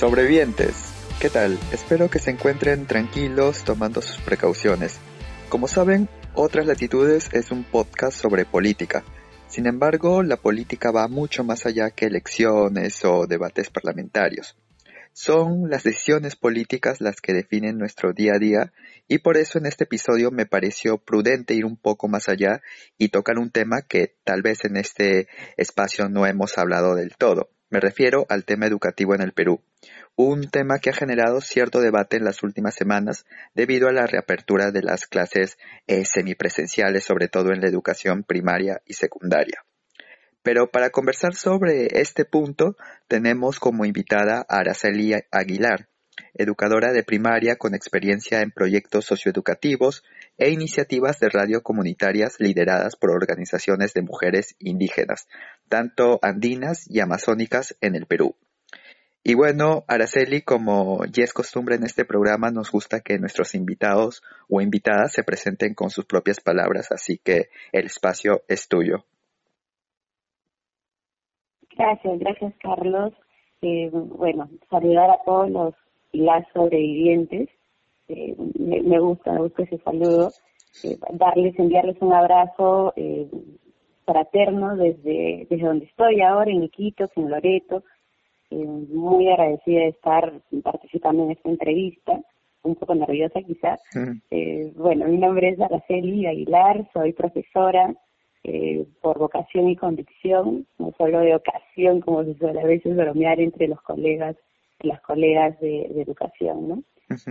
Sobrevivientes, ¿qué tal? Espero que se encuentren tranquilos tomando sus precauciones. Como saben, Otras Latitudes es un podcast sobre política. Sin embargo, la política va mucho más allá que elecciones o debates parlamentarios. Son las decisiones políticas las que definen nuestro día a día y por eso en este episodio me pareció prudente ir un poco más allá y tocar un tema que tal vez en este espacio no hemos hablado del todo. Me refiero al tema educativo en el Perú, un tema que ha generado cierto debate en las últimas semanas debido a la reapertura de las clases semipresenciales, sobre todo en la educación primaria y secundaria. Pero para conversar sobre este punto, tenemos como invitada a Araceli Aguilar, educadora de primaria con experiencia en proyectos socioeducativos e iniciativas de radio comunitarias lideradas por organizaciones de mujeres indígenas, tanto andinas y amazónicas en el Perú. Y bueno, Araceli, como ya es costumbre en este programa, nos gusta que nuestros invitados o invitadas se presenten con sus propias palabras, así que el espacio es tuyo. Gracias Carlos. Saludar a todos los y las sobrevivientes. Me gusta ese saludo. Enviarles un abrazo fraterno desde donde estoy ahora, en Iquitos, en Loreto. Muy agradecida de estar participando en esta entrevista, un poco nerviosa quizás. Mi nombre es Araceli Aguilar, soy profesora por vocación y convicción, no solo de ocasión, como se suele a veces bromear entre los colegas y las colegas de educación, ¿no?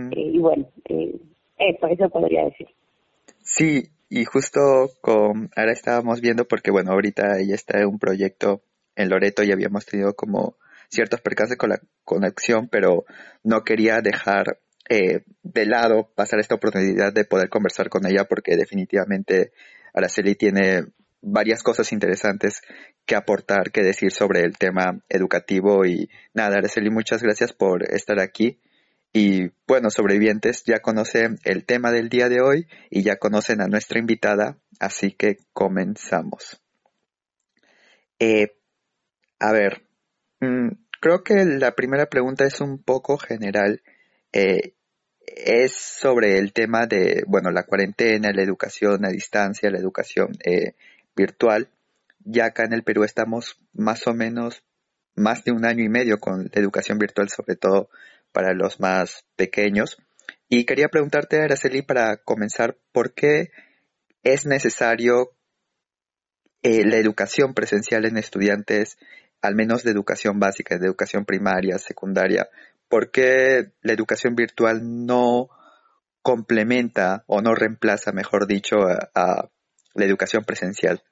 Eso podría decir. Sí, y justo ahora estábamos viendo porque ahorita ella está en un proyecto en Loreto y habíamos tenido como ciertos percances con la conexión, pero no quería dejar de lado pasar esta oportunidad de poder conversar con ella porque definitivamente Araceli tiene varias cosas interesantes que aportar, que decir sobre el tema educativo. Y nada, Araceli, muchas gracias por estar aquí. Y bueno, sobrevivientes ya conocen el tema del día de hoy y ya conocen a nuestra invitada, así que comenzamos. Creo que la primera pregunta es un poco general. Es sobre el tema de, la cuarentena, la educación a distancia, la educación virtual. Ya acá en el Perú estamos más o menos más de 1 año y medio con la educación virtual, sobre todo para los más pequeños. Y quería preguntarte, Araceli, para comenzar, ¿por qué es necesario la educación presencial en estudiantes, al menos de educación básica, de educación primaria, secundaria? ¿Por qué la educación virtual no complementa o no reemplaza, mejor dicho, a la educación presencial?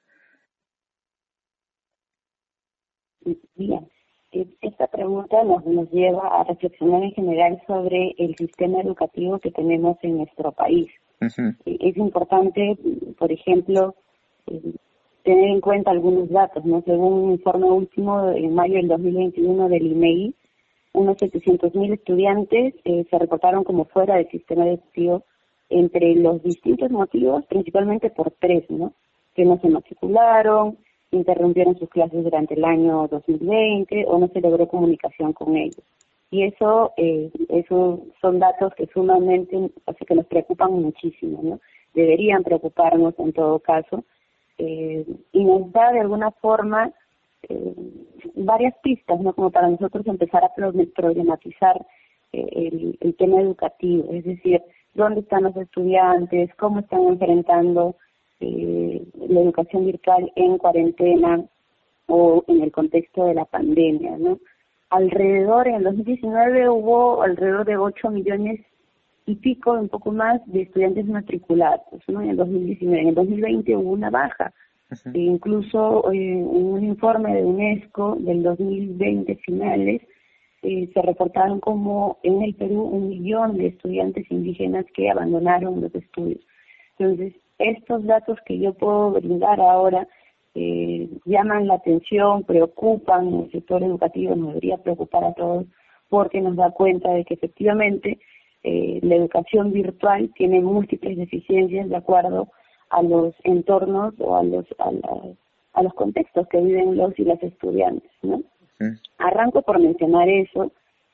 Bien, esta pregunta nos lleva a reflexionar en general sobre el sistema educativo que tenemos en nuestro país. Uh-huh. Es importante, por ejemplo, tener en cuenta algunos datos, ¿no? Según un informe último en mayo del 2021 del INEGI, unos 700.000 estudiantes se reportaron como fuera del sistema educativo entre los distintos motivos, principalmente por 3, ¿no? Que no se matricularon, interrumpieron sus clases durante el año 2020 o no se logró comunicación con ellos. Y eso son datos que sumamente, que nos preocupan muchísimo, ¿no? Deberían preocuparnos en todo caso, y nos da de alguna forma varias pistas, ¿no? Como para nosotros empezar a problematizar el tema educativo, es decir, dónde están los estudiantes, cómo están enfrentando la educación virtual en cuarentena o en el contexto de la pandemia, ¿no? En el 2019 hubo alrededor de 8 millones y pico, un poco más, de estudiantes matriculados, ¿no? En el 2019. En el 2020 hubo una baja. Uh-huh. Incluso en un informe de UNESCO del 2020 finales, se reportaron como en el Perú 1 millón de estudiantes indígenas que abandonaron los estudios. Entonces, estos datos que yo puedo brindar ahora llaman la atención, preocupan el sector educativo, nos debería preocupar a todos, porque nos da cuenta de que efectivamente la educación virtual tiene múltiples deficiencias de acuerdo a los entornos o a los contextos que viven los y las estudiantes, ¿no? Uh-huh. Arranco por mencionar eso,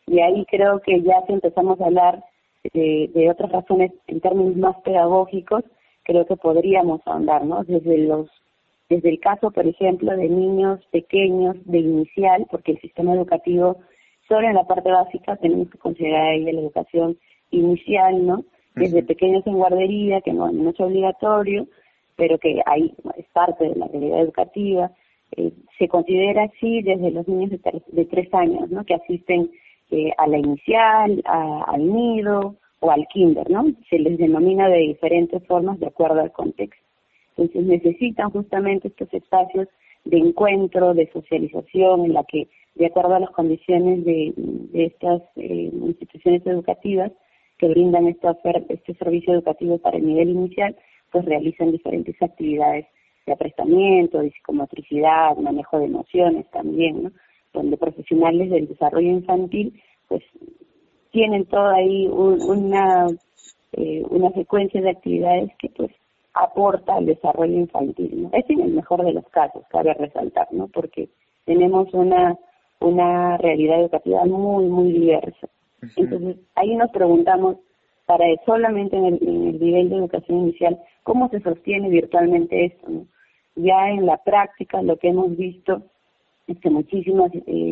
Y ahí creo que ya si empezamos a hablar de otras razones en términos más pedagógicos, creo que podríamos ahondar, ¿no? Desde el caso, por ejemplo, de niños pequeños de inicial, porque el sistema educativo, solo en la parte básica, tenemos que considerar ahí la educación inicial, ¿no? Desde pequeños en guardería, que no es obligatorio, pero que ahí es parte de la realidad educativa. Se considera así desde los niños de 3 años, ¿no? Que asisten a la inicial, al nido o al kinder, ¿no? Se les denomina de diferentes formas de acuerdo al contexto. Entonces necesitan justamente estos espacios de encuentro, de socialización, en la que, de acuerdo a las condiciones de estas instituciones educativas que brindan este servicio educativo para el nivel inicial, pues realizan diferentes actividades de aprestamiento, de psicomotricidad, manejo de emociones también, ¿no? Donde profesionales del desarrollo infantil pues tienen toda ahí una secuencia de actividades que pues aporta al desarrollo infantil, ¿no? Es en el mejor de los casos, cabe resaltar, ¿no? Porque tenemos una realidad educativa muy, muy diversa. Entonces, ahí nos preguntamos, solamente en el nivel de educación inicial, ¿cómo se sostiene virtualmente esto, ¿no? Ya en la práctica lo que hemos visto es que muchísimas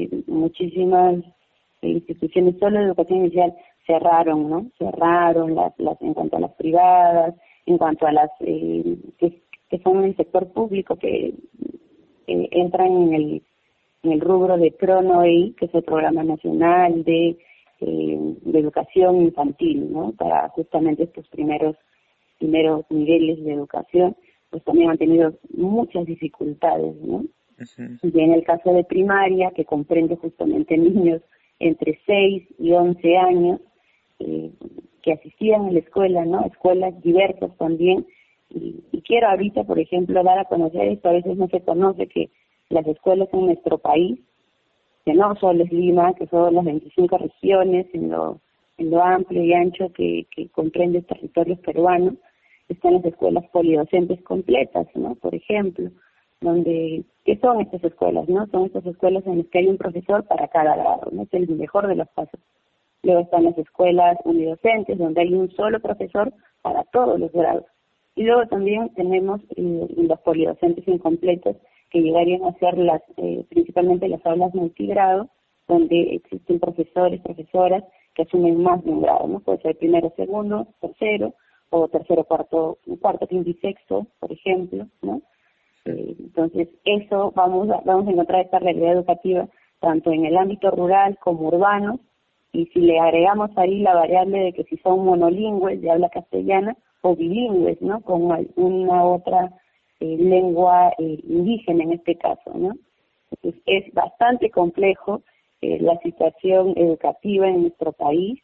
instituciones solo de educación inicial cerraron, ¿no? Cerraron las en cuanto a las privadas, en cuanto a las que son en el sector público, que entran en el rubro de PRONOEI, que es el Programa Nacional de Educación Infantil, ¿no? Para justamente estos primeros niveles de educación, pues también han tenido muchas dificultades, ¿no? Y en el caso de primaria, que comprende justamente niños entre 6 y 11 años, que asistían a la escuela, ¿no? Escuelas diversas también. Y quiero ahorita, por ejemplo, dar a conocer esto. A veces no se conoce que las escuelas en nuestro país, que no solo es Lima, que son las 25 regiones en lo amplio y ancho que comprende territorios peruanos, están las escuelas polidocentes completas, ¿no? Por ejemplo, ¿qué son estas escuelas, no? Son estas escuelas en las que hay un profesor para cada grado, ¿no? Es el mejor de los casos. Luego están las escuelas unidocentes, donde hay un solo profesor para todos los grados. Y luego también tenemos los polidocentes incompletos, que llegarían a ser principalmente las aulas multigrado, donde existen profesores, profesoras que asumen más de un grado, ¿no? Puede ser primero, segundo, tercero, o tercero, cuarto, quinto y sexto, por ejemplo, ¿no? Entonces, eso vamos a encontrar esta realidad educativa tanto en el ámbito rural como urbano, y si le agregamos ahí la variable de que si son monolingües de habla castellana o bilingües, ¿no? Con una otra lengua indígena en este caso, ¿no? Entonces, es bastante complejo la situación educativa en nuestro país,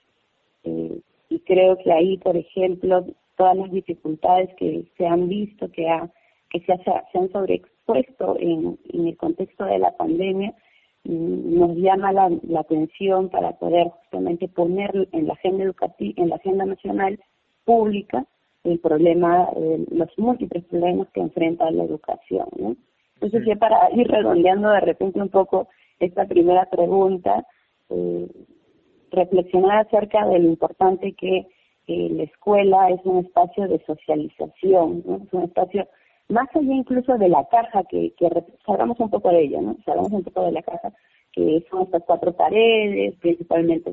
y creo que ahí, por ejemplo, todas las dificultades que se han visto, que se han sobreexpuesto en el contexto de la pandemia, nos llama la atención para poder justamente poner en la agenda educativa, en la agenda nacional pública, el problema, los múltiples problemas que enfrenta la educación, ¿no? Entonces, ya para ir redondeando de repente un poco esta primera pregunta, reflexionar acerca de lo importante que la escuela es un espacio de socialización, ¿no? Es un espacio más allá incluso de la caja, que salgamos un poco de ella, ¿no? Salgamos un poco de la caja, que son estas 4 paredes, principalmente,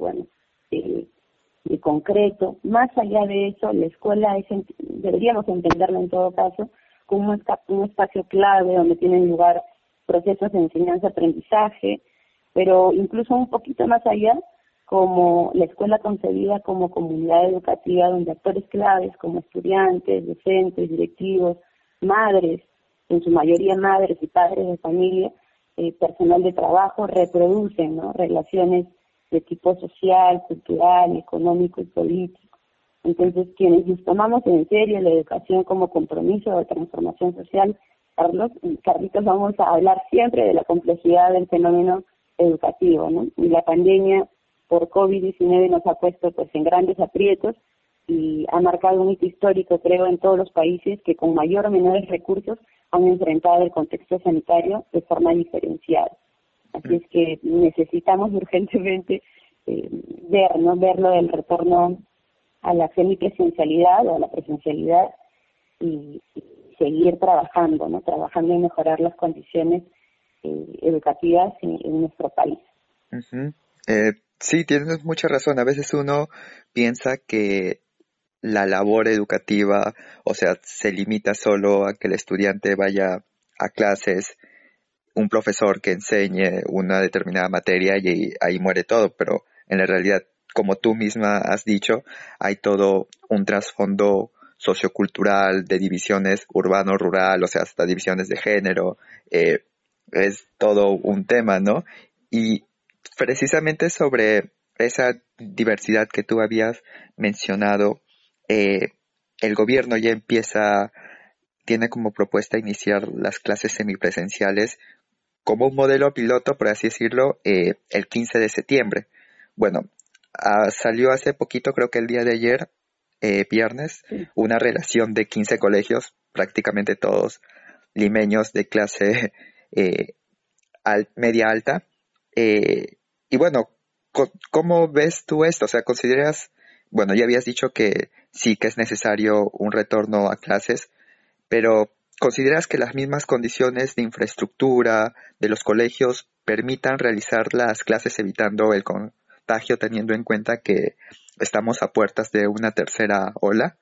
de concreto. Más allá de eso, la escuela deberíamos entenderla en todo caso como un espacio clave donde tienen lugar procesos de enseñanza-aprendizaje, pero incluso un poquito más allá, como la escuela concebida como comunidad educativa donde actores claves como estudiantes, docentes, directivos, madres, en su mayoría madres y padres de familia, personal de trabajo, reproducen, ¿no? Relaciones de tipo social, cultural, económico y político. Entonces, quienes nos tomamos en serio la educación como compromiso de transformación social, Carlitos, vamos a hablar siempre de la complejidad del fenómeno educativo, ¿no? Y la pandemia por COVID-19 nos ha puesto pues en grandes aprietos y ha marcado un hito histórico, creo, en todos los países que con mayor o menores recursos han enfrentado el contexto sanitario de forma diferenciada. Así es que necesitamos urgentemente ver, ¿no? Verlo del retorno a la semipresencialidad o a la presencialidad y seguir trabajando, ¿no? Trabajando en mejorar las condiciones educativas en nuestro país. Ujú. Sí, tienes mucha razón. A veces uno piensa que la labor educativa, o sea, se limita solo a que el estudiante vaya a clases, un profesor que enseñe una determinada materia y ahí muere todo, pero en la realidad, como tú misma has dicho, hay todo un trasfondo sociocultural de divisiones urbano-rural, o sea, hasta divisiones de género, eh, es todo un tema, ¿no? Y precisamente sobre esa diversidad que tú habías mencionado, eh, el gobierno ya tiene como propuesta iniciar las clases semipresenciales como un modelo piloto, por así decirlo, el 15 de septiembre. Bueno, salió hace poquito, creo que el día de ayer, viernes, Sí. una relación de 15 colegios, prácticamente todos limeños de clase eh, media alta. Y bueno, ¿cómo ves tú esto? O sea, ¿consideras, bueno, ya habías dicho que sí que es necesario un retorno a clases, pero ¿consideras que las mismas condiciones de infraestructura de los colegios permitan realizar las clases evitando el contagio, teniendo en cuenta que estamos a puertas de una tercera ola?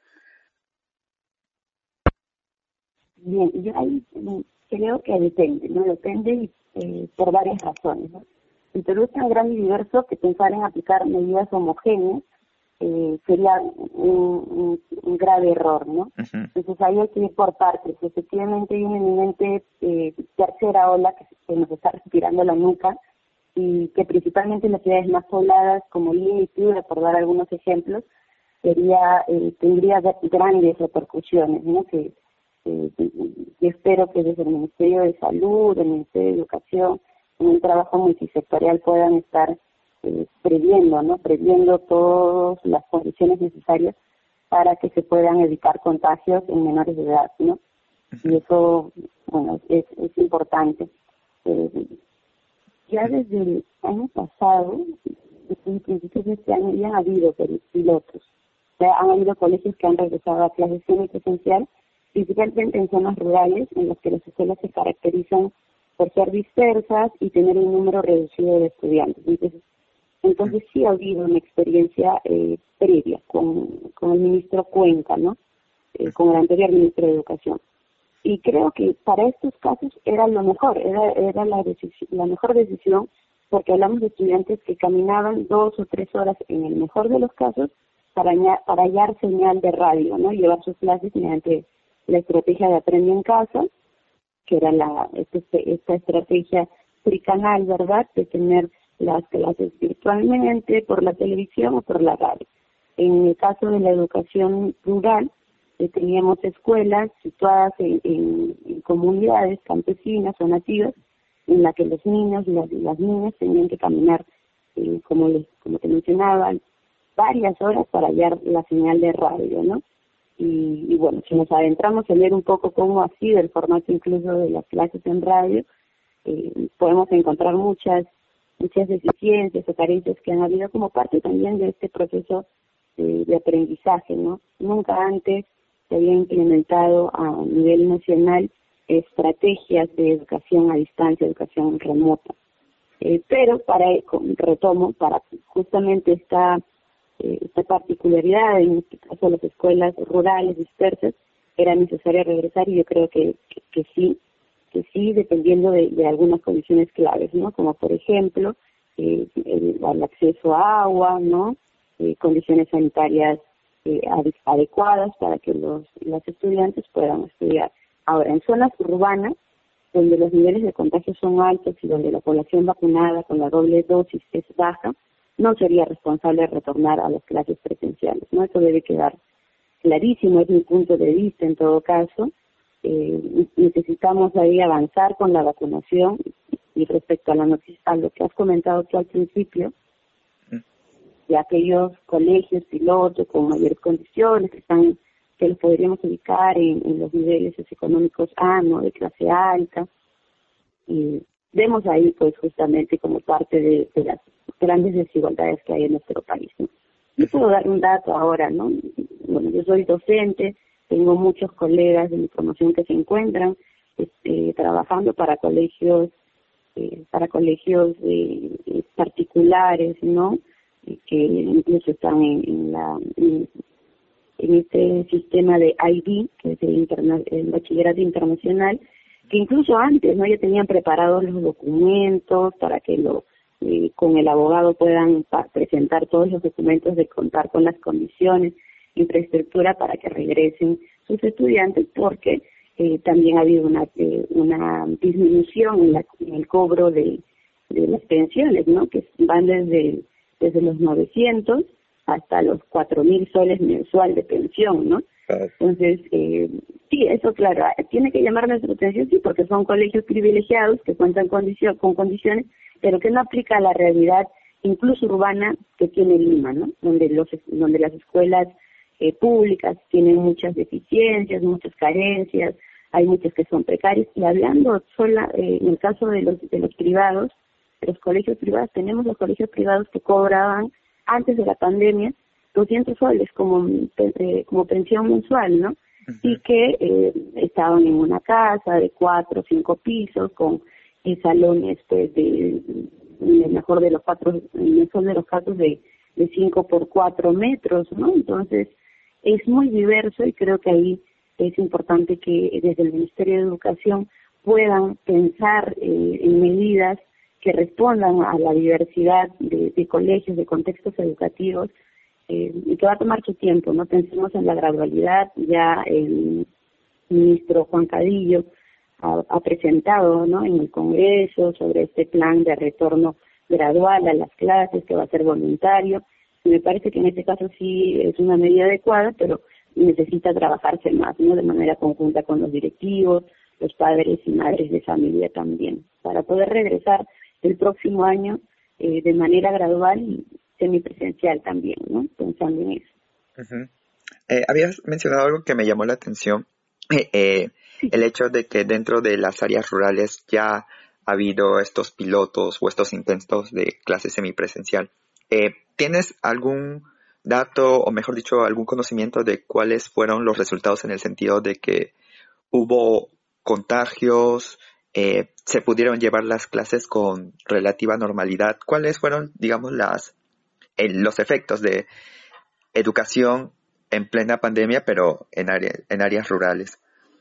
Bien, yo ahí creo que depende, ¿no? Depende por varias razones, ¿no? El Perú es tan grande y diverso que pensar en aplicar medidas homogéneas sería un grave error, ¿no? Ujú. Entonces ahí hay que ir por partes. Efectivamente hay una inminente tercera ola que nos está respirando la nuca y que principalmente en las ciudades más pobladas como Lima y Piura, por dar algunos ejemplos, tendría grandes repercusiones, ¿no? Yo espero que desde el Ministerio de Salud, el Ministerio de Educación, en un trabajo multisectorial puedan estar previendo, ¿no? Previendo todas las condiciones necesarias para que se puedan evitar contagios en menores de edad, ¿no? Y eso, bueno, es importante. Eh, ya desde el año pasado, desde principios de este año, ya han habido pilotos. O sea, han habido colegios que han regresado a clases semipresencial, principalmente en zonas rurales, en las que las escuelas se caracterizan por ser dispersas y tener un número reducido de estudiantes. Entonces sí ha habido una experiencia previa con el ministro Cuenca, ¿no? Con el anterior ministro de Educación. Y creo que para estos casos era lo mejor, era la mejor decisión, porque hablamos de estudiantes que caminaban 2 o 3 horas en el mejor de los casos para hallar señal de radio, ¿no? Llevar sus clases mediante la estrategia de aprende en casa, que era esta estrategia tricanal, ¿verdad?, de tener las clases virtualmente, por la televisión o por la radio. En el caso de la educación rural, teníamos escuelas situadas en comunidades campesinas o nativas, en la que los niños y las niñas tenían que caminar, como te mencionaba, varias horas para hallar la señal de radio, ¿no? Y bueno, si nos adentramos en ver un poco cómo ha sido el formato incluso de las clases en radio, podemos encontrar muchas deficiencias o carencias que han habido como parte también de este proceso de aprendizaje, ¿no? Nunca antes se había implementado a nivel nacional estrategias de educación a distancia, educación remota. Pero retomo, para justamente esta particularidad, en este caso las escuelas rurales dispersas, era necesario regresar y yo creo que sí, dependiendo de algunas condiciones claves, ¿no? Como por ejemplo, el acceso a agua, ¿no? Condiciones sanitarias adecuadas para que los estudiantes puedan estudiar. Ahora, en zonas urbanas, donde los niveles de contagio son altos y donde la población vacunada con la doble dosis es baja, no sería responsable retornar a las clases presenciales, ¿no? Eso debe quedar clarísimo, es mi punto de vista en todo caso. Necesitamos ahí avanzar con la vacunación y respecto a lo que has comentado tú al principio, de aquellos colegios pilotos con mayores condiciones que los podríamos ubicar en los niveles socioeconómicos A, ¿no?, de clase alta, y vemos ahí pues justamente como parte de las grandes desigualdades que hay en nuestro país, ¿no? Yo puedo dar un dato ahora, ¿no? Bueno, yo soy docente, tengo muchos colegas de mi promoción que se encuentran trabajando para colegios particulares, ¿no? Que incluso están en este sistema de IB, que es el bachillerato internacional, que incluso antes no ya tenían preparados los documentos para que con el abogado puedan presentar todos los documentos de contar con las condiciones, infraestructura para que regresen sus estudiantes, porque también ha habido una disminución en el cobro de las pensiones, ¿no? Que van desde los 900 hasta los 4.000 soles mensual de pensión, ¿no? Entonces, sí, eso claro, tiene que llamar nuestra atención, sí, porque son colegios privilegiados que cuentan con condiciones, pero que no aplica a la realidad incluso urbana que tiene Lima, ¿no? Donde las escuelas públicas tienen muchas deficiencias, muchas carencias, hay muchas que son precarias. Y hablando en el caso de los privados, de los colegios privados, tenemos los colegios privados que cobraban antes de la pandemia 200 soles como pensión mensual, ¿no? Uh-huh. Y que estaban en una casa de 4 o 5 pisos con salones pues en el mejor de los casos de 5 por 4 metros, ¿no? Entonces es muy diverso y creo que ahí es importante que desde el Ministerio de Educación puedan pensar en medidas que respondan a la diversidad de colegios, de contextos educativos, y que va a tomar su tiempo, ¿no? Pensemos en la gradualidad. Ya el ministro Juan Cadillo ha presentado, ¿no?, en el Congreso sobre este plan de retorno gradual a las clases que va a ser voluntario. Y me parece que en este caso sí es una medida adecuada, pero necesita trabajarse más, ¿no?, de manera conjunta con los directivos, los padres y madres de familia también, para poder regresar el próximo año de manera gradual y semipresencial también, ¿no?, pensando en eso. Uh-huh. Habías mencionado algo que me llamó la atención, sí. El hecho de que dentro de las áreas rurales ya ha habido estos pilotos o estos intentos de clase semipresencial. ¿Tienes algún dato, o mejor dicho, algún conocimiento de cuáles fueron los resultados en el sentido de que hubo contagios, se pudieron llevar las clases con relativa normalidad? ¿Cuáles fueron, digamos, los efectos de educación en plena pandemia, pero en áreas rurales?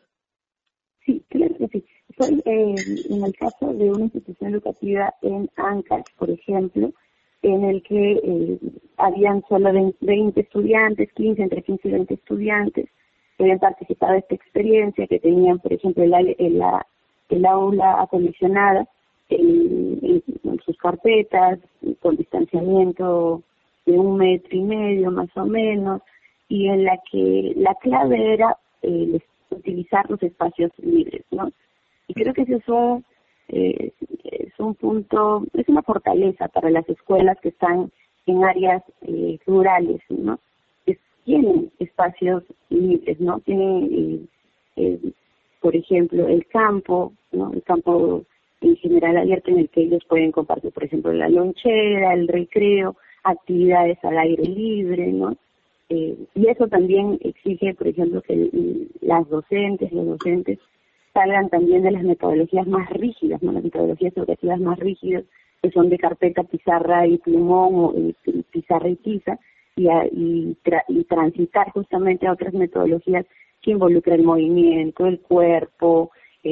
Sí, claro que sí. Fue en el caso de una institución educativa en Ancash, por ejemplo, en el que habían solo 20 estudiantes, entre 15 y 20 estudiantes que habían participado de esta experiencia, que tenían, por ejemplo, el aula acondicionada en sus carpetas, con distanciamiento de 1,5 metros más o menos, y en la que la clave era utilizar los espacios libres, ¿no? Y creo que ese es un punto, es una fortaleza para las escuelas que están en áreas rurales, ¿no? Que tienen espacios libres, ¿no? Tienen, por ejemplo, el campo, ¿no? El campo en general abierto en el que ellos pueden compartir, por ejemplo, la lonchera, el recreo, actividades al aire libre, ¿no? Y eso también exige, por ejemplo, que los docentes salgan también de las metodologías más rígidas, ¿no? Las metodologías educativas más rígidas, que son de carpeta, pizarra y plumón, o pizarra y tiza, y transitar justamente a otras metodologías que involucran el movimiento, el cuerpo,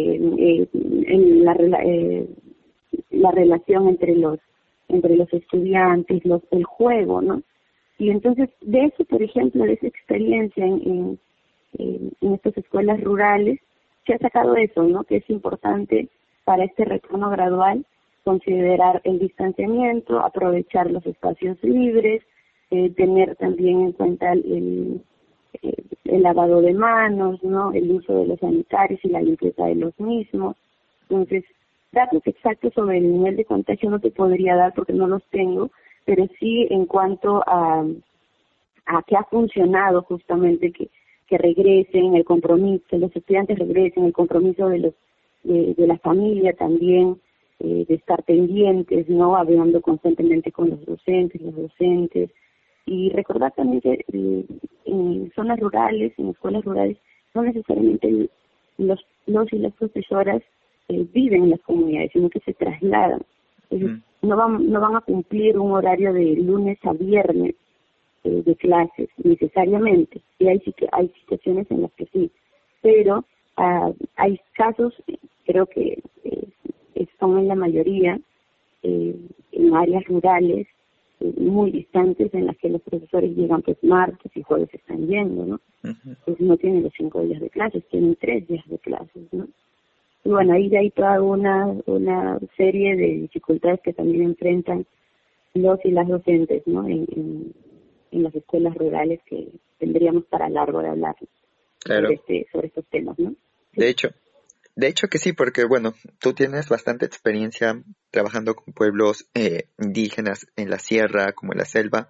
la relación entre los estudiantes, el juego, ¿no? Y entonces, de eso, por ejemplo, de esa experiencia en estas escuelas rurales, se ha sacado eso, ¿no? Que es importante para este retorno gradual considerar el distanciamiento, aprovechar los espacios libres, tener también en cuenta el lavado de manos, ¿no? El uso de los sanitarios y la limpieza de los mismos. Entonces, datos exactos sobre el nivel de contagio no te podría dar porque no los tengo, pero sí en cuanto a que ha funcionado justamente que regresen, el compromiso, que los estudiantes regresen, el compromiso de la familia también, de estar pendientes, ¿no? Hablando constantemente con los docentes, y recordar también que en zonas rurales, en escuelas rurales, no necesariamente los y las profesoras viven en las comunidades, sino que se trasladan. Entonces, no van a cumplir un horario de lunes a viernes de clases necesariamente, y hay situaciones en las que sí, pero hay casos, creo que son en la mayoría, en áreas rurales muy distantes, en las que los profesores llegan pues martes y jueves están yendo, ¿no? Pues no tienen los 5 días de clases, tienen 3 días de clases, ¿no? Y bueno, ahí hay toda una serie de dificultades que también enfrentan los y las docentes, ¿no? En las escuelas rurales, que tendríamos para largo de hablar, Claro. sobre estos temas, ¿no? Sí. De hecho que sí, porque bueno, tú tienes bastante experiencia trabajando con pueblos indígenas en la sierra, como en la selva.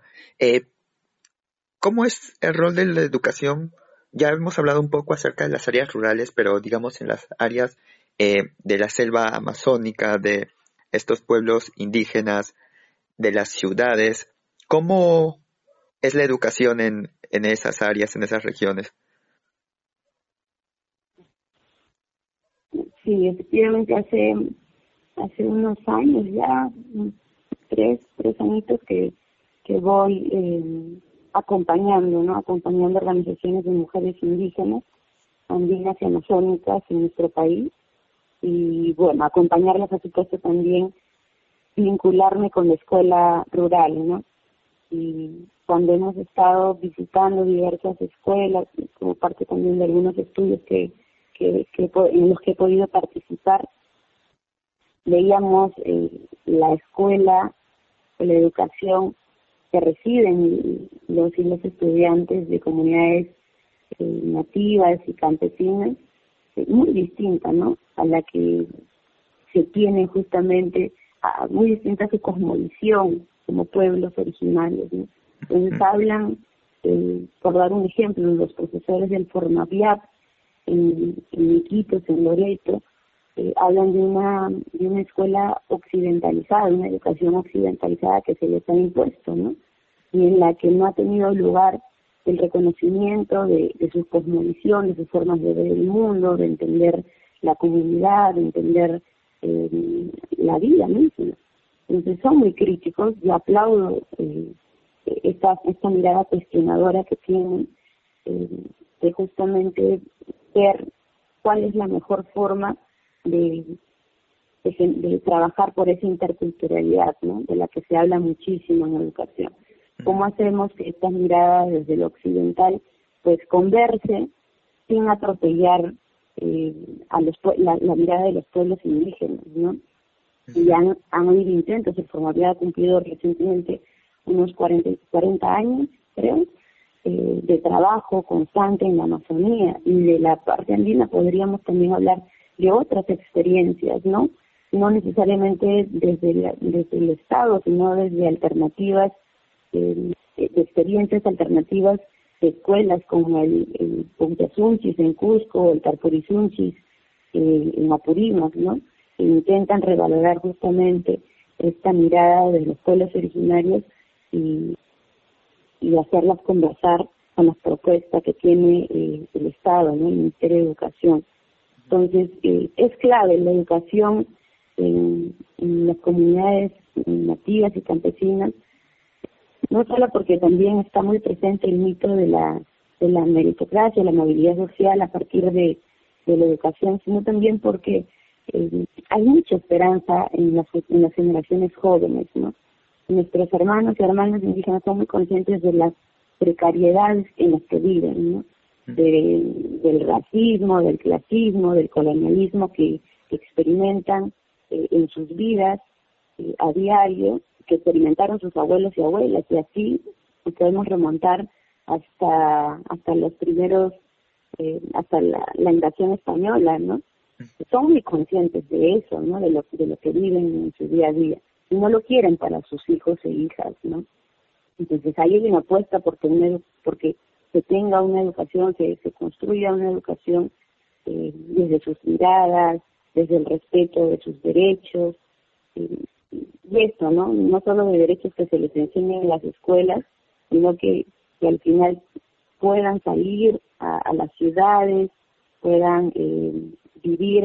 ¿Cómo es el rol de la educación? Ya hemos hablado un poco acerca de las áreas rurales, pero digamos en las áreas de la selva amazónica, de estos pueblos indígenas, de las ciudades. ¿Cómo es la educación en esas áreas, en esas regiones? Sí, efectivamente hace unos años ya, tres añitos que voy acompañando, ¿no? Acompañando organizaciones de mujeres indígenas, andinas y amazónicas en nuestro país, y bueno, acompañarlas, por supuesto, también vincularme con la escuela rural, ¿no? Y cuando hemos estado visitando diversas escuelas, como parte también de algunos estudios en los que he podido participar, veíamos la escuela, la educación que reciben los y los estudiantes de comunidades nativas y campesinas, muy distinta, ¿no? A la que se tiene justamente, muy distinta a su cosmovisión como pueblos originarios, ¿no? Entonces hablan, por dar un ejemplo, los profesores del Formaviap en Iquitos, en Loreto, hablan de una escuela occidentalizada, una educación occidentalizada que se les ha impuesto, ¿no? Y en la que no ha tenido lugar el reconocimiento de sus cosmovisiones, de sus formas de ver el mundo, de entender la comunidad, de entender la vida misma. Entonces son muy críticos. Yo aplaudo esta mirada cuestionadora que tienen, de justamente ver cuál es la mejor forma de trabajar por esa interculturalidad, ¿no? De la que se habla muchísimo en educación. ¿Cómo hacemos que estas miradas desde lo occidental pues converse sin atropellar la mirada de los pueblos indígenas, ¿no? Y han habido intentos. El Formaviap ha cumplido recientemente unos 40 años, creo, de trabajo constante en la Amazonía, y de la parte andina podríamos también hablar de otras experiencias, ¿no? No necesariamente desde el Estado, sino desde alternativas, de experiencias alternativas de escuelas como el Puntasunchis en Cusco, el Tarpurisunchis en Apurímac, ¿no? Que intentan revalorar justamente esta mirada de los pueblos originarios y hacerlas conversar con las propuestas que tiene el Estado, ¿no? El Ministerio de Educación. Entonces, es clave la educación en las comunidades nativas y campesinas, no solo porque también está muy presente el mito de la meritocracia, la movilidad social a partir de la educación, sino también porque hay mucha esperanza en las generaciones jóvenes, ¿no? Nuestros hermanos y hermanas indígenas son muy conscientes de las precariedades en las que viven, ¿no? Del racismo, del clasismo, del colonialismo que experimentan en sus vidas a diario, que experimentaron sus abuelos y abuelas, y así podemos remontar hasta los primeros, hasta la invasión española, ¿no? Son muy conscientes de eso, ¿no? De lo que viven en su día a día, y no lo quieren para sus hijos e hijas, ¿no? Entonces ahí hay una apuesta porque se tenga una educación, se construya una educación desde sus miradas, desde el respeto de sus derechos, y esto, ¿no? No solo de derechos que se les enseñen en las escuelas, sino que al final puedan salir a las ciudades, puedan vivir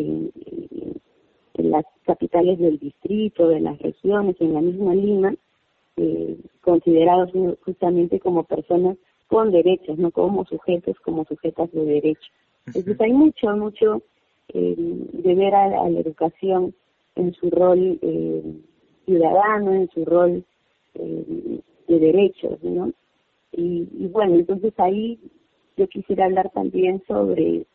en las capitales del distrito, de las regiones, en la misma Lima, considerados justamente como personas con derechos, no como sujetos, como sujetas de derechos. Entonces hay mucho de ver a la educación en su rol ciudadano, en su rol de derechos, ¿no? Y bueno, entonces ahí yo quisiera hablar también sobre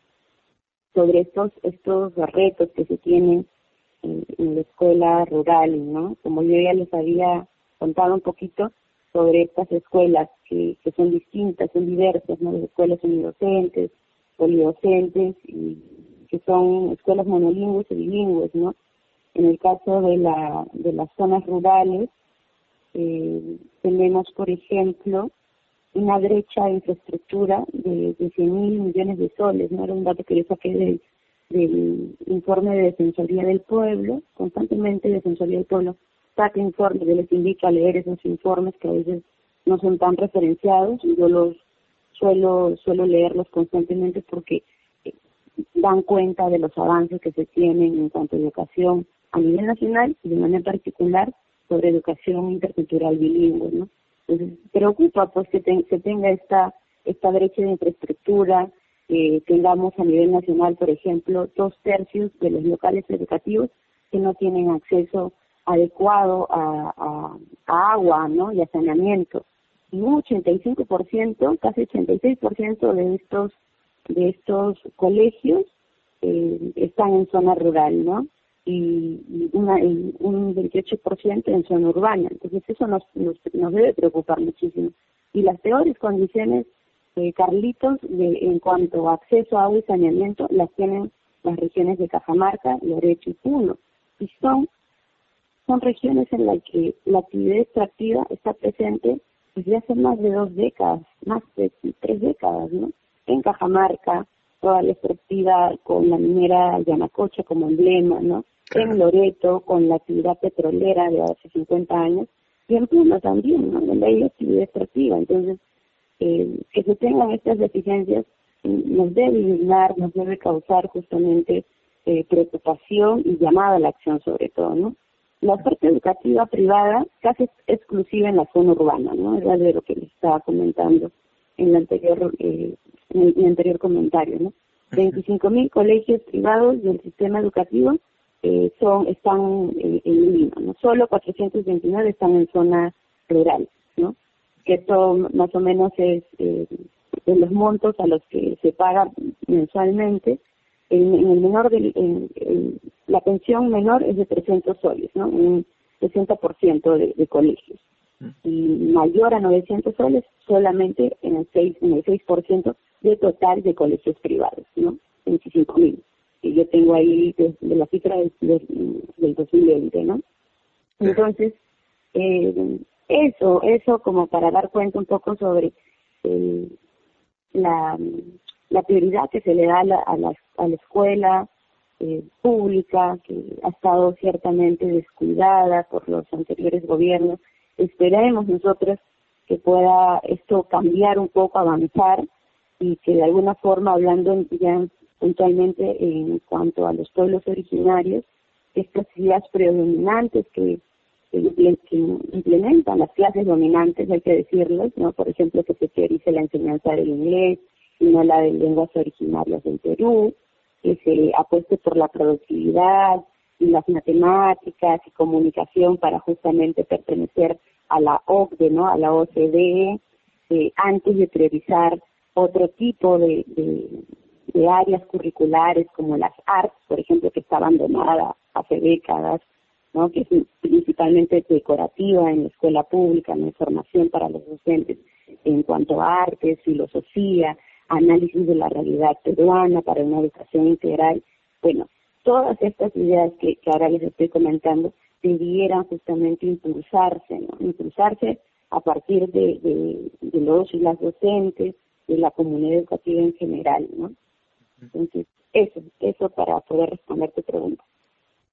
estos retos que se tienen en la escuela rural, ¿no? Como yo ya les había contado un poquito sobre estas escuelas que son distintas, son diversas, ¿no? Las escuelas unidocentes, polidocentes, y que son escuelas monolingües y bilingües, ¿no? En el caso de las zonas rurales, tenemos, por ejemplo, una brecha de infraestructura de 100.000 millones de soles, ¿no? Era un dato que yo saqué del informe de Defensoría del Pueblo. Constantemente Defensoría del Pueblo saca informes, yo les invito a leer esos informes que a veces no son tan referenciados, y yo los suelo leerlos constantemente porque dan cuenta de los avances que se tienen en cuanto a educación a nivel nacional y de manera particular sobre educación intercultural bilingüe, ¿no? Entonces, preocupa pues que se tenga esta brecha de infraestructura, tengamos a nivel nacional, por ejemplo, 2/3 de los locales educativos que no tienen acceso adecuado a agua, ¿no? Y a saneamiento. Y un 85%, casi 86% de estos colegios están en zona rural, ¿no? Y un 28% en zona urbana. Entonces eso nos debe preocupar muchísimo. Y las peores condiciones, Carlitos, en cuanto a acceso a agua y saneamiento, las tienen las regiones de Cajamarca, Loreto y Puno. Y son regiones en las que la actividad extractiva está presente desde hace más de 2 décadas, más de 3 décadas, ¿no? En Cajamarca, toda la extractiva con la minera Yanacocha como emblema, ¿no? Claro. En Loreto, con la actividad petrolera de hace 50 años, y en Puno también, ¿no? Donde hay actividad extractiva. Entonces, que se tengan estas deficiencias nos debe indignar, nos debe causar justamente preocupación y llamada a la acción sobre todo, ¿no? La oferta educativa privada casi es exclusiva en la zona urbana, ¿no? Era de lo que les estaba comentando en mi anterior comentario, ¿no? 25.000 colegios privados del sistema educativo están en Lima, ¿no? Solo 429 están en zona rural, ¿no? Que esto más o menos es de los montos a los que se paga mensualmente. La pensión menor es de 300 soles, ¿no? Un 60% de colegios. Y mayor a 900 soles solamente en el 6% de total de colegios privados, ¿no? 25.000. Y yo tengo ahí de la cifra del 2020, ¿no? Entonces, eso como para dar cuenta un poco sobre la prioridad que se le da a la escuela pública, que ha estado ciertamente descuidada por los anteriores gobiernos. Esperemos nosotros que pueda esto cambiar un poco, avanzar, y que de alguna forma, hablando ya puntualmente en cuanto a los pueblos originarios, estas ideas predominantes que implementan las clases dominantes, hay que decirlo, ¿no? Por ejemplo, que se priorice la enseñanza del inglés y no la de lenguas originarias del Perú, que se apueste por la productividad y las matemáticas y comunicación para justamente pertenecer a la OCDE, ¿no? A la OCDE, antes de priorizar otro tipo de áreas curriculares como las artes, por ejemplo, que está abandonada hace décadas, ¿no? Que es principalmente decorativa en la escuela pública, no hay formación para los docentes en cuanto a artes, filosofía, análisis de la realidad peruana para una educación integral. Bueno, todas estas ideas que ahora les estoy comentando debieran justamente impulsarse, ¿no? Impulsarse a partir de los y las docentes, de la comunidad educativa en general, ¿no? Entonces, eso para poder responder tu pregunta.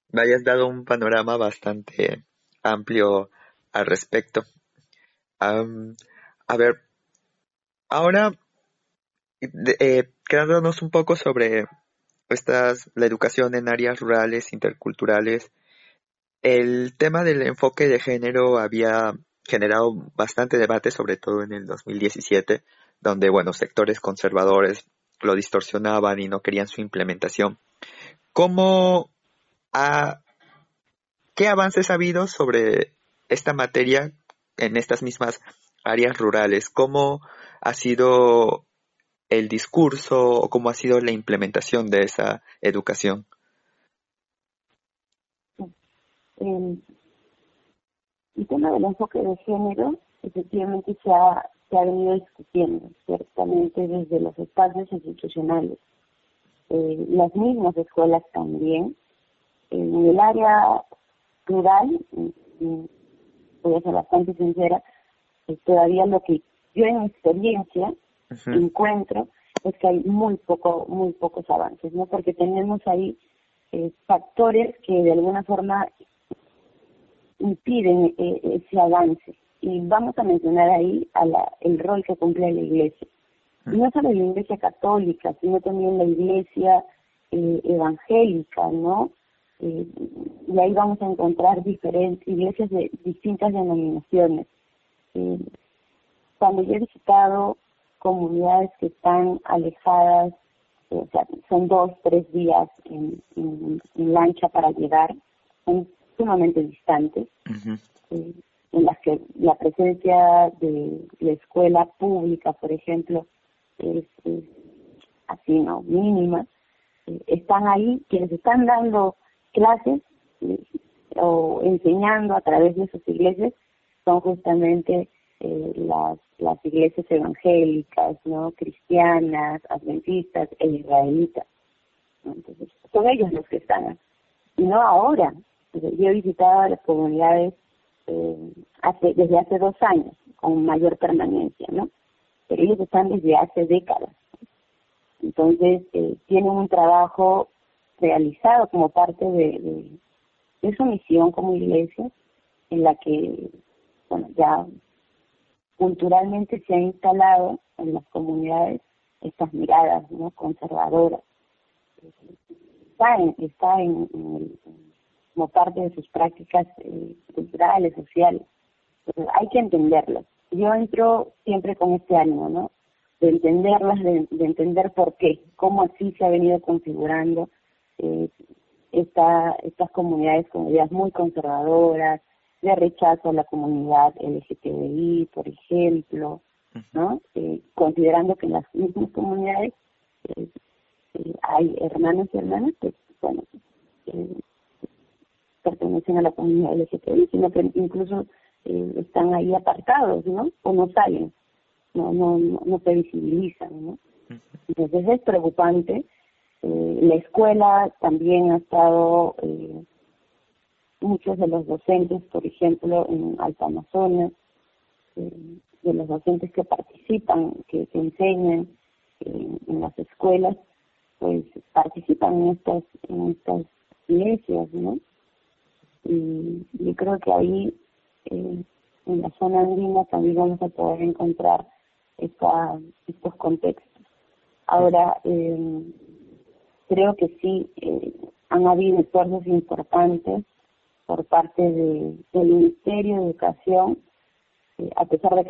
me hayas dado un panorama bastante amplio al respecto. Am, a ver, ahora quedándonos un poco sobre la educación en áreas rurales, interculturales, el tema del enfoque de género había generado bastante debate, sobre todo en el 2017, donde, bueno, sectores conservadores lo distorsionaban y no querían su implementación. ¿Cómo ha, ¿Qué avances ha habido sobre esta materia en estas mismas áreas rurales? ¿Cómo ha sido el discurso o cómo ha sido la implementación de esa educación? El, el tema del enfoque de género efectivamente se ha venido discutiendo, ciertamente desde los espacios institucionales. Las mismas escuelas también. En el área rural, voy a ser bastante sincera, todavía lo que yo en mi experiencia Ujú. encuentro es que hay muy pocos avances, ¿no? Porque tenemos ahí factores que de alguna forma impiden ese avance. Y vamos a mencionar ahí el rol que cumple la Iglesia. Y no solo la Iglesia católica, sino también la Iglesia evangélica, ¿no? Y ahí vamos a encontrar diferentes iglesias de distintas denominaciones. Eh, Cuando yo he visitado comunidades que están alejadas, o sea, son 2, 3 días en lancha para llegar, son sumamente distantes, Ujú. eh, en las que la presencia de la escuela pública, por ejemplo, es así, ¿no? Mínima. Están ahí quienes están dando clases eh, o enseñando a través de sus iglesias son justamente las iglesias evangélicas, ¿no? Cristianas, adventistas e israelitas, ¿no? Entonces, son ellos los que están, y no ahora. Yo he visitado las comunidades desde hace 2 años, con mayor permanencia, ¿no? Pero ellos están desde hace décadas. Entonces, tienen un trabajo realizado como parte de su misión como iglesia, en la que, bueno, ya culturalmente se ha instalado en las comunidades estas miradas, ¿no? Conservadoras. Como parte de sus prácticas culturales, sociales. Entonces, hay que entenderlas. Yo entro siempre con este ánimo, ¿no? De entenderlas, de entender por qué, cómo así se ha venido configurando eh, estas comunidades muy conservadoras, de rechazo a la comunidad LGTBI, por ejemplo, ¿no? Considerando que en las mismas comunidades eh, hay hermanos y hermanas que, bueno, eh, pertenecen a la comunidad LGTBI, sino que incluso están ahí apartados, ¿no? O no salen, no se visibilizan, ¿no? Entonces es preocupante. La escuela también ha estado, muchos de los docentes, por ejemplo, en Alta Amazonas, de los docentes que participan, que enseñan en las escuelas, pues participan en estas iglesias, ¿no? Y yo creo que ahí, en la zona andina, también vamos a poder encontrar estos contextos. Ahora, creo que sí, han habido esfuerzos importantes por parte del Ministerio de Educación, a pesar de que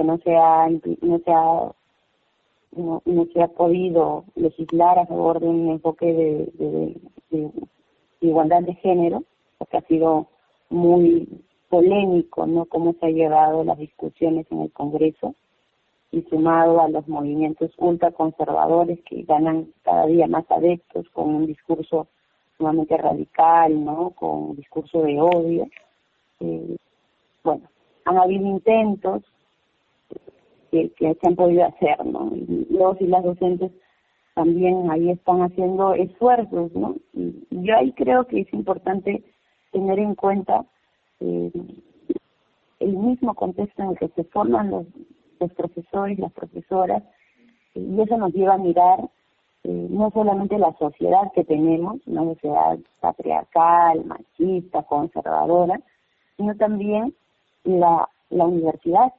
no se ha podido legislar a favor de un enfoque de igualdad de género, porque ha sido muy polémico, ¿no? Cómo se ha llevado las discusiones en el Congreso, y sumado a los movimientos ultraconservadores que ganan cada día más adeptos con un discurso sumamente radical, ¿no? Con un discurso de odio. Bueno, han habido intentos que se han podido hacer, ¿no? Y los y las docentes también ahí están haciendo esfuerzos, ¿no? Y yo ahí creo que es importante tener en cuenta eh, el mismo contexto en el que se forman los profesores, las profesoras, y eso nos lleva a mirar no solamente la sociedad que tenemos, una sociedad patriarcal, machista, conservadora, sino también la universidad,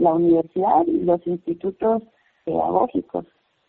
y los institutos pedagógicos,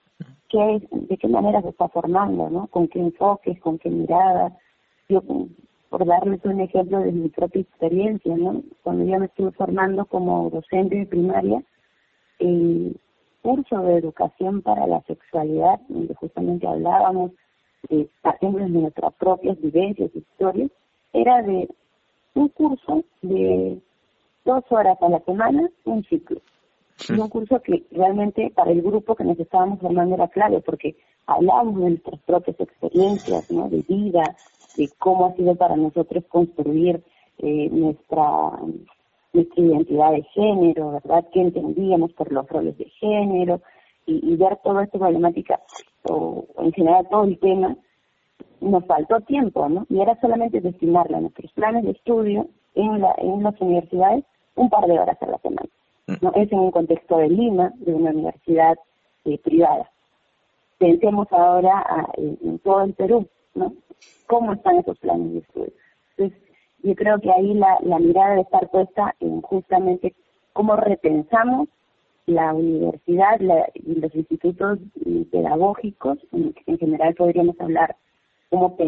de qué manera se está formando, ¿no? Con qué enfoques, con qué mirada. Yo, por darles un ejemplo de mi propia experiencia, ¿no? Cuando yo me estuve formando como docente de primaria, el curso de educación para la sexualidad, donde justamente hablábamos partiendo de nuestras propias vivencias, historias, era de un curso de 2 horas a la semana, un ciclo. Y un curso que realmente para el grupo que nos estábamos formando era clave, porque hablábamos de nuestras propias experiencias, ¿no? De vida, de cómo ha sido para nosotros construir nuestra identidad de género, ¿verdad? ¿Qué entendíamos por los roles de género? Y ver toda esta problemática, o en general todo el tema, nos faltó tiempo, ¿no? Y era solamente destinarle a nuestros planes de estudio en las universidades un par de horas a la semana. ¿No? Es en un contexto de Lima, de una universidad privada. Pensemos ahora en todo el Perú, ¿no? ¿Cómo están esos planes de estudio? Entonces, yo creo que ahí la mirada debe estar puesta en justamente cómo repensamos la universidad y los institutos pedagógicos, en general podríamos hablar cómo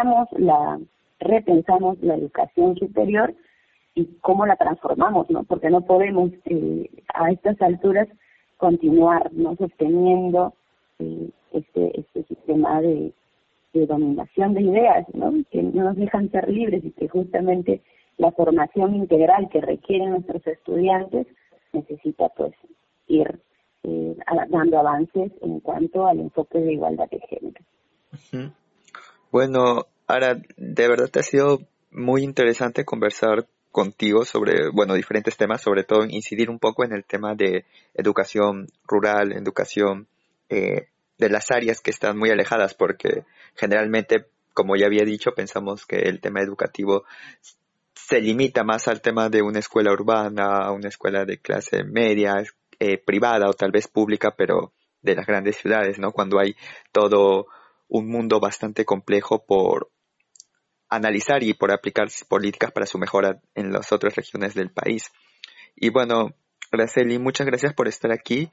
repensamos la educación superior y cómo la transformamos, ¿no? Porque no podemos a estas alturas continuar, ¿no? Sosteniendo este sistema de dominación de ideas, ¿no? Que no nos dejan ser libres, y que justamente la formación integral que requieren nuestros estudiantes necesita pues ir dando avances en cuanto al enfoque de igualdad de género. Uh-huh. Bueno, Ara, de verdad te ha sido muy interesante conversar contigo sobre, diferentes temas, sobre todo incidir un poco en el tema de educación rural, educación de las áreas que están muy alejadas, porque generalmente, como ya había dicho, pensamos que el tema educativo se limita más al tema de una escuela urbana, una escuela de clase media, privada o tal vez pública, pero de las grandes ciudades, ¿no? Cuando hay todo un mundo bastante complejo por analizar y por aplicar políticas para su mejora en las otras regiones del país. Y bueno, Araceli, muchas gracias por estar aquí.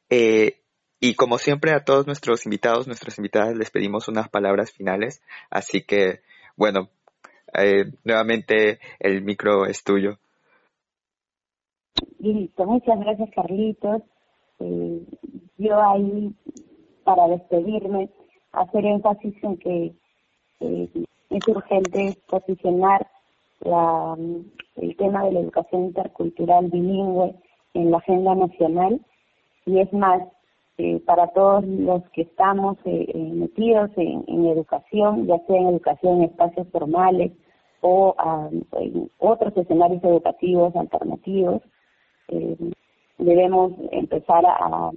Y como siempre a todos nuestros invitados, nuestras invitadas, les pedimos unas palabras finales. Así que, bueno, nuevamente el micro es tuyo. Listo, muchas gracias, Carlitos. Yo ahí, para despedirme, hacer énfasis en que es urgente posicionar el tema de la educación intercultural bilingüe en la agenda nacional, y es más, para todos los que estamos metidos en educación, ya sea en educación en espacios formales o en otros escenarios educativos alternativos, debemos empezar a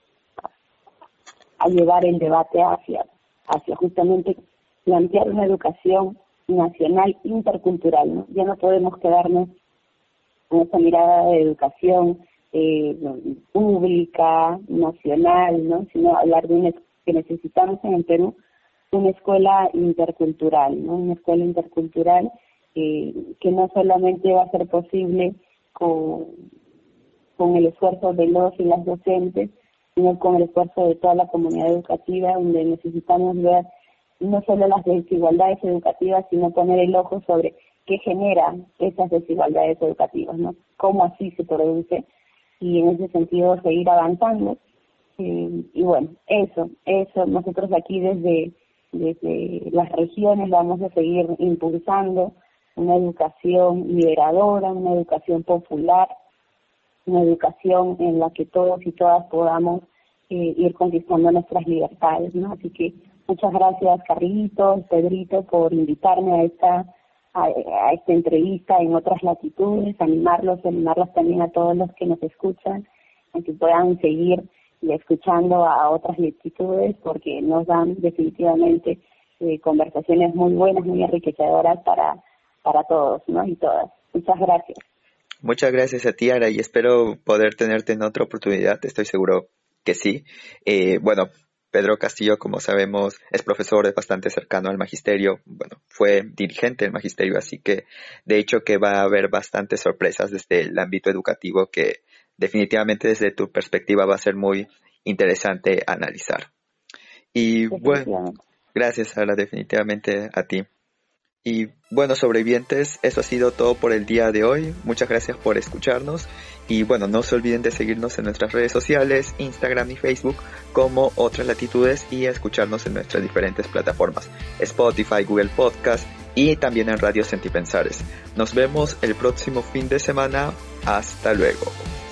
llevar el debate hacia justamente plantear una educación nacional intercultural, ¿no? Ya no podemos quedarnos con esa mirada de educación pública, nacional, ¿no? Sino hablar de que necesitamos en el Perú una escuela intercultural, ¿no? Una escuela intercultural que no solamente va a ser posible con el esfuerzo de los y las docentes, sino con el esfuerzo de toda la comunidad educativa, donde necesitamos ver no solo las desigualdades educativas, sino poner el ojo sobre qué genera esas desigualdades educativas, ¿no? Cómo así se produce, y en ese sentido seguir avanzando. Y bueno, eso, nosotros aquí desde las regiones vamos a seguir impulsando una educación liberadora, una educación popular, una educación en la que todos y todas podamos ir conquistando nuestras libertades, ¿no? Así que muchas gracias, Carlitos, Pedrito, por invitarme a esta entrevista en otras latitudes, animarlas también a todos los que nos escuchan, a que puedan seguir escuchando a otras latitudes, porque nos dan definitivamente conversaciones muy buenas, muy enriquecedoras para todos, ¿no? Y todas. Muchas gracias. Muchas gracias a ti, Ara, y espero poder tenerte en otra oportunidad. Estoy seguro que sí. Pedro Castillo, como sabemos, es profesor bastante cercano al magisterio, bueno, fue dirigente del magisterio, así que de hecho que va a haber bastantes sorpresas desde el ámbito educativo que definitivamente desde tu perspectiva va a ser muy interesante analizar. Y bueno, gracias Sara, definitivamente a ti. Y bueno, sobrevivientes, eso ha sido todo por el día de hoy. Muchas gracias por escucharnos. Y bueno, no se olviden de seguirnos en nuestras redes sociales, Instagram y Facebook, como Otras Latitudes, y escucharnos en nuestras diferentes plataformas, Spotify, Google Podcast y también en Radio Sentipensares. Nos vemos el próximo fin de semana. Hasta luego.